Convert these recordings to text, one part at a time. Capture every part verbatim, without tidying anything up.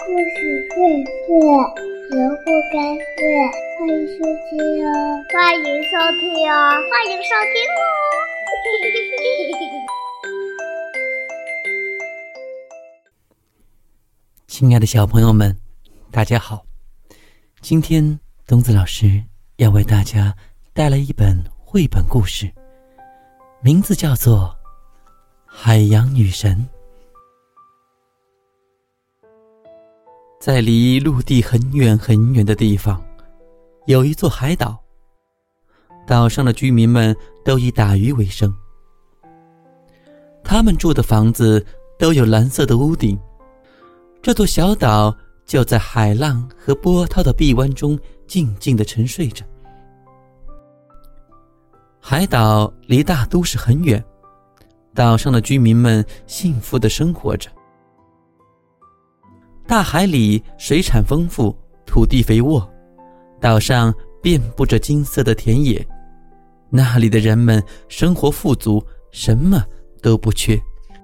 故事荟萃，萝卜开会，欢迎收听哦，欢迎收听哦，欢迎收听哦。 亲爱的小朋友们，大家好！今天东子老师要为大家带来一本绘本故事，名字叫做《海洋女神》。在离陆地很远很远的地方，有一座海岛。岛上的居民们都以打鱼为生，他们住的房子都有蓝色的屋顶。这座小岛就在海浪和波涛的臂弯中静静地沉睡着。海岛离大都市很远，岛上的居民们幸福地生活着。大海里水产丰富，土地肥沃，岛上遍布着金色的田野，那里的人们生活富足，什么都不缺。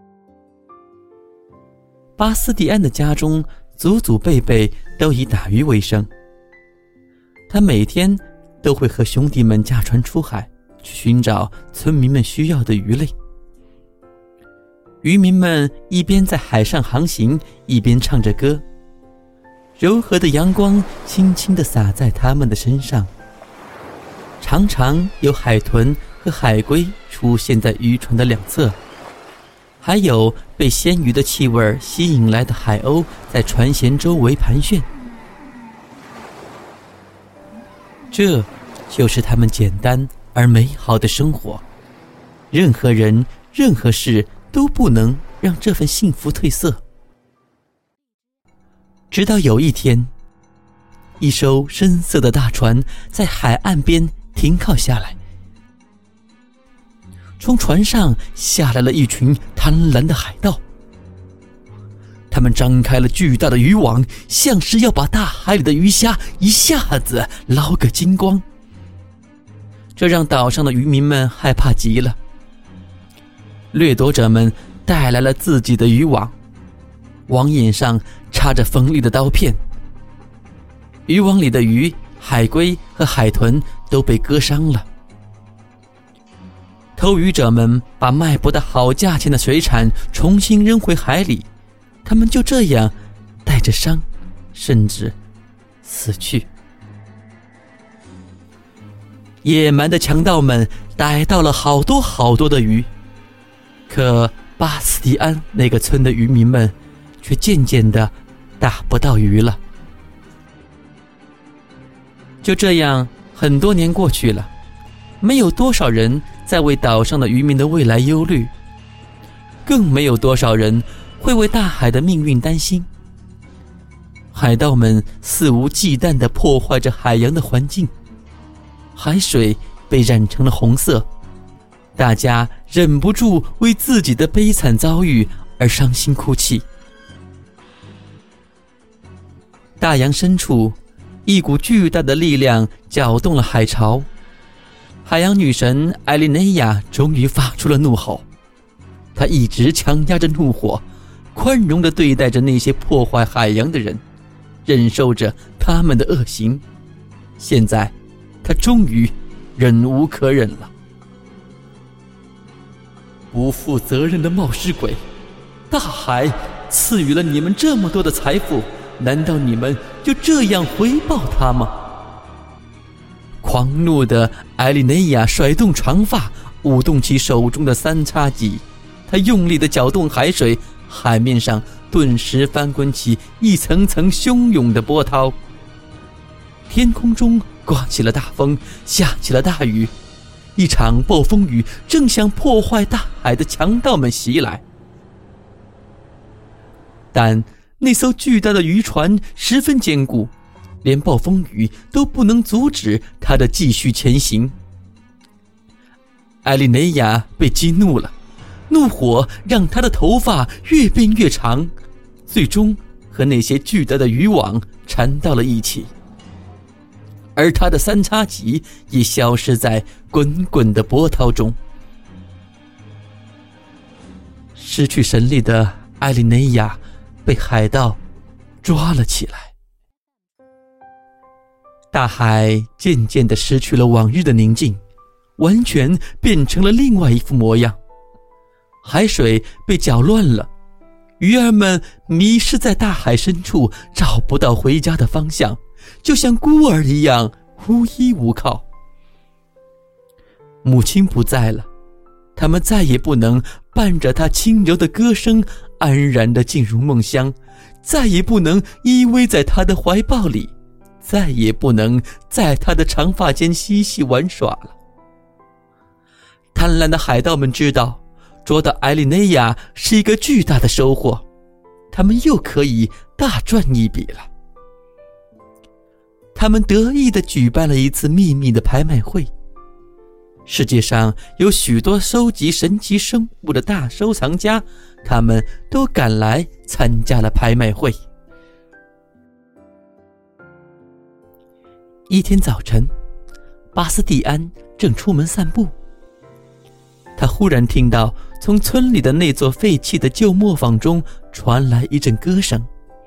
巴斯蒂安的家中祖祖辈辈都以打鱼为生，他每天都会和兄弟们驾船出海，去寻找村民们需要的鱼类。渔民们一边在海上航行，一边唱着歌，柔和的阳光轻轻地洒在他们的身上，常常有海豚和海龟出现在渔船的两侧，还有被鲜鱼的气味吸引来的海鸥在船舷周围盘旋。这就是他们简单而美好的生活，任何人任何事都不能让这份幸福褪色。直到有一天，一艘深色的大船在海岸边停靠下来，从船上下来了一群贪婪的海盗，他们张开了巨大的渔网，像是要把大海里的鱼虾一下子捞个精光。这让岛上的渔民们害怕极了。掠夺者们带来了自己的渔网，网眼上插着锋利的刀片，渔网里的鱼、海龟和海豚都被割伤了。偷鱼者们把卖不到好价钱的水产重新扔回海里，他们就这样带着伤，甚至死去。野蛮的强盗们逮到了好多好多的鱼，可巴斯蒂安那个村的渔民们却渐渐地打不到鱼了。就这样，很多年过去了，没有多少人在为岛上的渔民的未来忧虑，更没有多少人会为大海的命运担心。海盗们肆无忌惮地破坏着海洋的环境，海水被染成了红色，大家忍不住为自己的悲惨遭遇而伤心哭泣。大洋深处，一股巨大的力量搅动了海潮。海洋女神艾莉内亚终于发出了怒吼，她一直强压着怒火，宽容地对待着那些破坏海洋的人，忍受着他们的恶行。现在，她终于忍无可忍了。不负责任的冒失鬼，大海赐予了你们这么多的财富，难道你们就这样回报他吗？狂怒的艾莉内亚甩动长发，舞动起手中的三叉戟，她用力地搅动海水，海面上顿时翻滚起一层层汹涌的波涛。天空中刮起了大风，下起了大雨，一场暴风雨正向破坏大海的强盗们袭来。但那艘巨大的渔船十分坚固，连暴风雨都不能阻止它的继续前行。艾莉内亚被激怒了，怒火让她的头发越变越长，最终和那些巨大的渔网缠到了一起，而她的三叉戟也消失在滚滚的波涛中。失去神力的艾莉内亚被海盗抓了起来。大海渐渐地失去了往日的宁静，完全变成了另外一副模样。海水被搅乱了，鱼儿们迷失在大海深处，找不到回家的方向，就像孤儿一样无依无靠。母亲不在了，他们再也不能伴着她轻柔的歌声安然地进入梦乡，再也不能依偎在她的怀抱里，再也不能在她的长发间嬉戏玩耍了。贪婪的海盗们知道，捉到艾莉内亚是一个巨大的收获，他们又可以大赚一笔了。他们得意地举办了一次秘密的拍卖会，世界上有许多收集神奇生物的大收藏家，他们都赶来参加了拍卖会。一天早晨，巴斯蒂安正出门散步，他忽然听到从村里的那座废弃的旧磨坊中传来一阵歌声。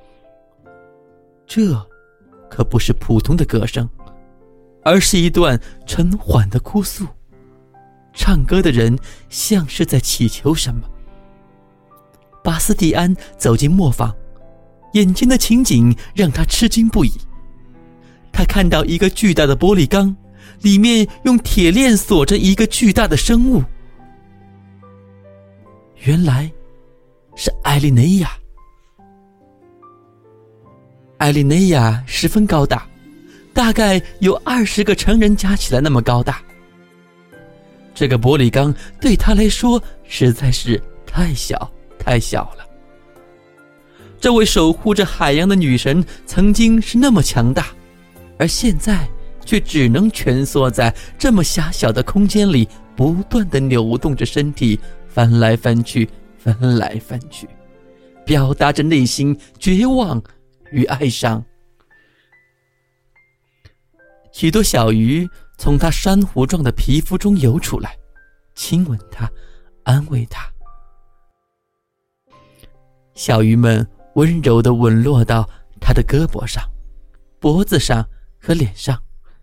这可不是普通的歌声，而是一段沉缓的哭诉。唱歌的人像是在祈求什么。巴斯蒂安走进磨坊，眼前的情景让他吃惊不已。他看到一个巨大的玻璃缸，里面用铁链锁着一个巨大的生物。原来是艾莉内亚。艾莉内亚十分高大，大概有二十个成人加起来那么高大。这个玻璃缸对她来说实在是太小太小了。这位守护着海洋的女神曾经是那么强大，而现在却只能蜷缩在这么狭小的空间里，不断地扭动着身体，翻来翻去翻来翻去，表达着内心绝望与哀伤。许多小鱼从她珊瑚状的皮肤中游出来，亲吻她，安慰她。小鱼们温柔地吻落到她的胳膊上、脖子上和脸上。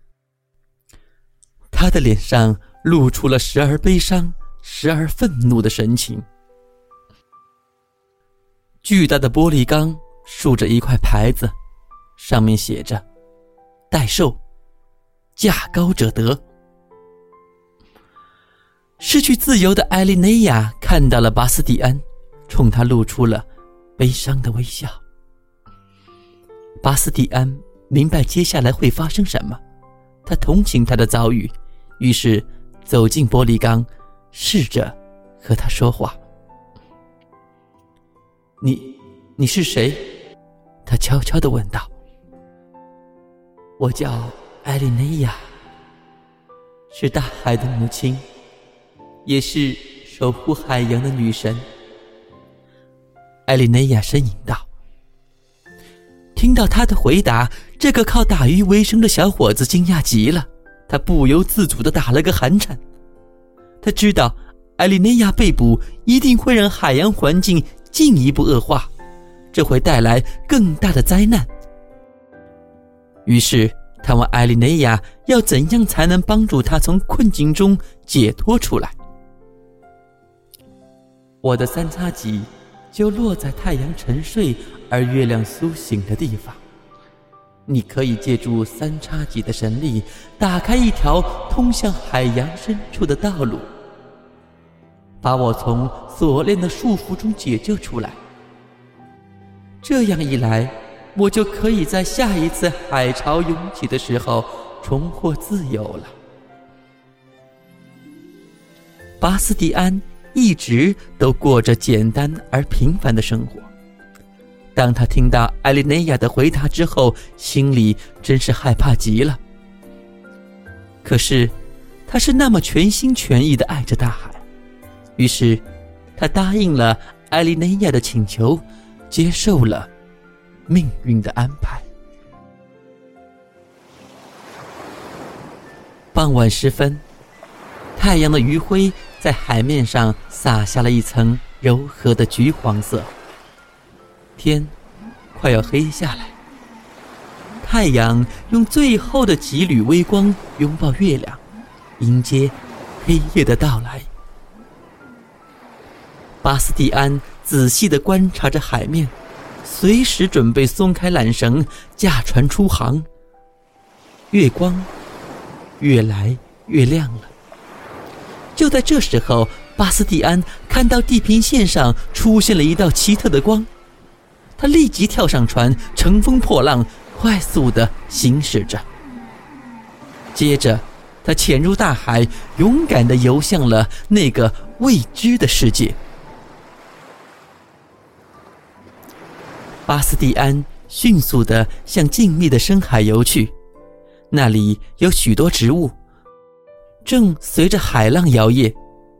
她的脸上露出了时而悲伤、时而愤怒的神情。巨大的玻璃缸竖着一块牌子，上面写着“代售，价高者得”。失去自由的艾莉内亚看到了巴斯蒂安，冲他露出了悲伤的微笑。巴斯蒂安明白接下来会发生什么，他同情他的遭遇，于是走进玻璃缸，试着和他说话。你你是谁？他悄悄地问道。我叫艾莉内亚，是大海的母亲，也是守护海洋的女神。艾莉内亚呻吟道。听到他的回答，这个靠打鱼为生的小伙子惊讶极了，他不由自主地打了个寒颤。他知道艾莉内亚被捕一定会让海洋环境进一步恶化，这会带来更大的灾难。于是他问艾莉内亚要怎样才能帮助他从困境中解脱出来。我的三叉戟就落在太阳沉睡而月亮苏醒的地方，你可以借助三叉戟的神力打开一条通向海洋深处的道路，把我从锁链的束缚中解救出来。这样一来，我就可以在下一次海潮涌起的时候重获自由了。巴斯蒂安一直都过着简单而平凡的生活。当他听到艾莉内亚的回答之后，心里真是害怕极了。可是他是那么全心全意地爱着大海，于是他答应了艾莉内亚的请求，接受了命运的安排。傍晚时分，太阳的余晖在海面上洒下了一层柔和的橘黄色，天快要黑下来。太阳用最后的几缕微光拥抱月亮，迎接黑夜的到来。巴斯蒂安仔细地观察着海面，随时准备松开缆绳，驾船出航。月光越来越亮了。就在这时候，巴斯蒂安看到地平线上出现了一道奇特的光，他立即跳上船，乘风破浪，快速地行驶着。接着他潜入大海，勇敢地游向了那个未知的世界。巴斯蒂安迅速地向静谧的深海游去，那里有许多植物正随着海浪摇曳。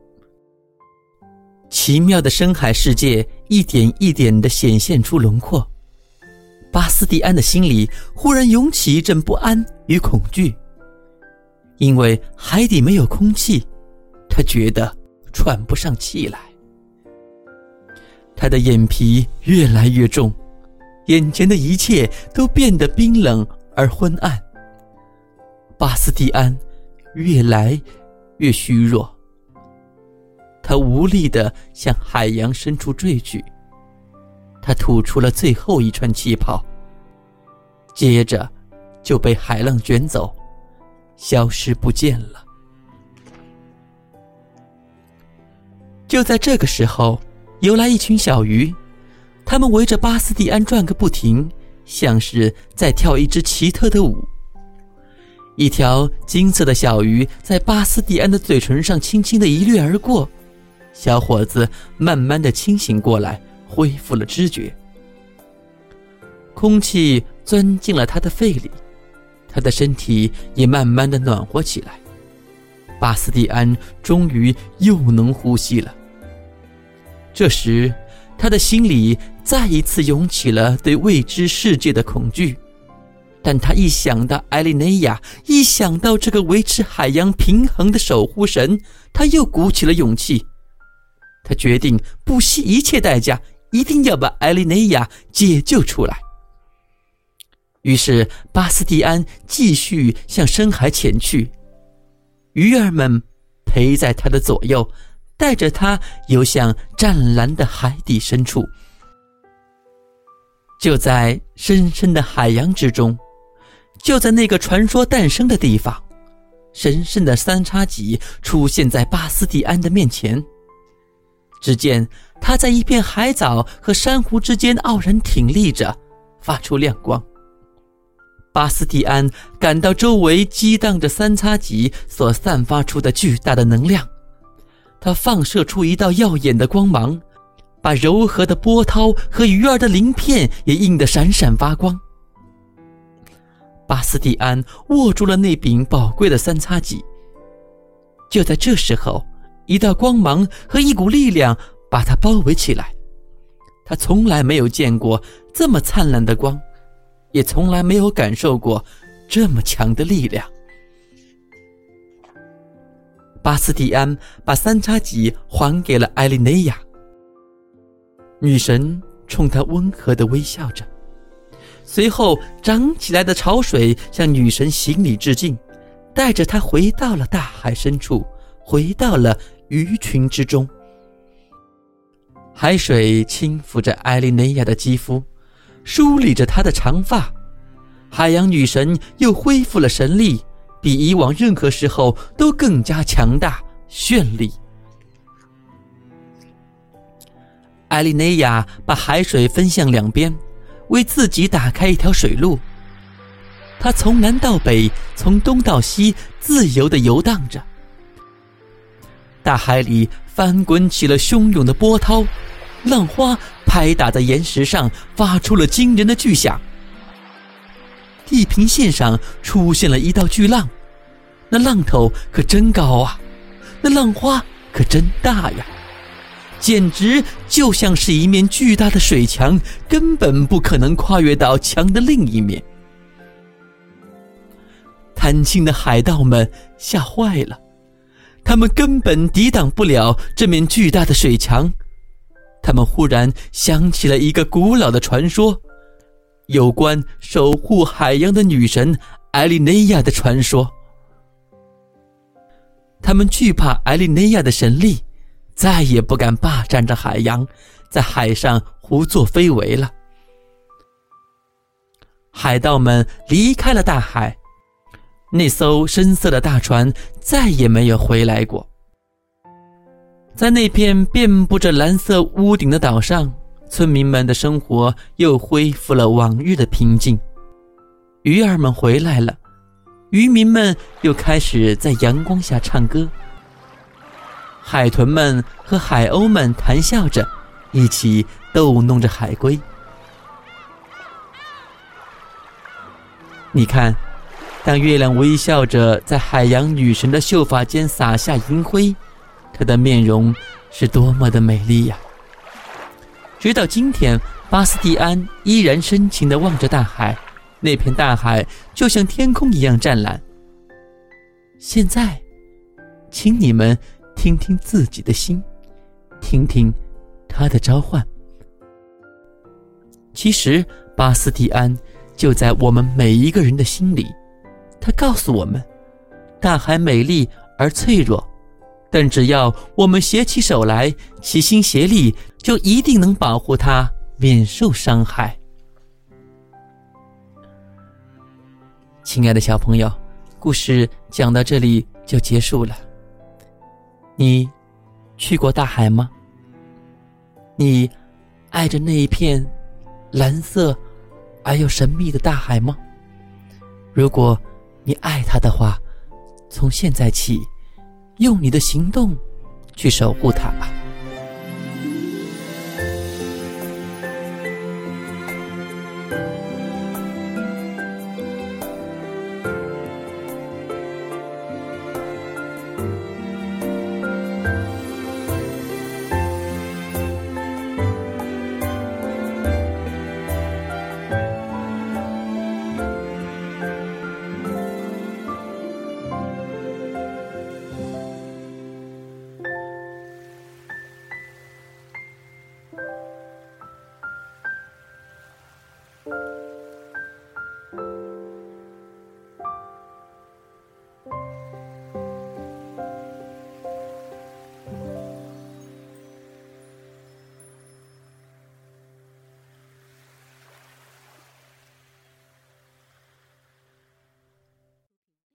奇妙的深海世界一点一点地显现出轮廓，巴斯蒂安的心里忽然涌起一阵不安与恐惧，因为海底没有空气，他觉得喘不上气来。他的眼皮越来越重，眼前的一切都变得冰冷而昏暗。巴斯蒂安越来越虚弱，他无力地向海洋深处坠去。他吐出了最后一串气泡，接着就被海浪卷走，消失不见了。就在这个时候，游来一群小鱼，它们围着巴斯蒂安转个不停，像是在跳一支奇特的舞。一条金色的小鱼在巴斯蒂安的嘴唇上轻轻地一掠而过，小伙子慢慢地清醒过来，恢复了知觉。空气钻进了他的肺里，他的身体也慢慢地暖和起来。巴斯蒂安终于又能呼吸了。这时他的心里再一次涌起了对未知世界的恐惧，但他一想到艾莉内亚，一想到这个维持海洋平衡的守护神，他又鼓起了勇气。他决定不惜一切代价，一定要把艾莉内亚解救出来。于是巴斯蒂安继续向深海潜去，鱼儿们陪在他的左右，带着他游向湛蓝的海底深处。就在深深的海洋之中，就在那个传说诞生的地方，神圣的三叉戟出现在巴斯蒂安的面前。只见他在一片海藻和珊瑚之间傲然挺立着，发出亮光。巴斯蒂安感到周围激荡着三叉戟所散发出的巨大的能量，它放射出一道耀眼的光芒，把柔和的波涛和鱼儿的鳞片也映得闪闪发光。巴斯蒂安握住了那柄宝贵的三叉戟。就在这时候，一道光芒和一股力量把他包围起来。他从来没有见过这么灿烂的光，也从来没有感受过这么强的力量。巴斯蒂安把三叉戟还给了艾莉内亚，女神冲他温和地微笑着，随后涨起来的潮水向女神行礼致敬，带着她回到了大海深处，回到了鱼群之中。海水轻抚着艾莉内亚的肌肤，梳理着她的长发，海洋女神又恢复了神力，比以往任何时候都更加强大绚丽。艾莉内亚把海水分向两边，为自己打开一条水路。她从南到北，从东到西，自由地游荡着。大海里翻滚起了汹涌的波涛，浪花拍打在岩石上，发出了惊人的巨响。地平线上出现了一道巨浪，那浪头可真高啊，那浪花可真大呀，简直就像是一面巨大的水墙，根本不可能跨越到墙的另一面。贪心的海盗们吓坏了，他们根本抵挡不了这面巨大的水墙。他们忽然想起了一个古老的传说， 有关守护海洋的女神艾莉内亚的传说。他们惧怕艾莉内亚的神力，再也不敢霸占着海洋，在海上胡作非为了。海盗们离开了大海，那艘深色的大船再也没有回来过。在那片遍布着蓝色屋顶的岛上，村民们的生活又恢复了往日的平静。鱼儿们回来了，渔民们又开始在阳光下唱歌。海豚们和海鸥们谈笑着，一起逗弄着海龟。你看，当月亮微笑着在海洋女神的秀发间洒下银辉，她的面容是多么的美丽呀！直到今天，巴斯蒂安依然深情地望着大海，那片大海就像天空一样湛蓝。现在，请你们听听自己的心，听听他的召唤。其实，巴斯蒂安就在我们每一个人的心里。他告诉我们，大海美丽而脆弱，但只要我们携起手来，齐心协力，就一定能保护它免受伤害。亲爱的小朋友，故事讲到这里就结束了。你去过大海吗？你爱着那一片蓝色而又神秘的大海吗？如果你爱它的话，从现在起，用你的行动去守护它吧。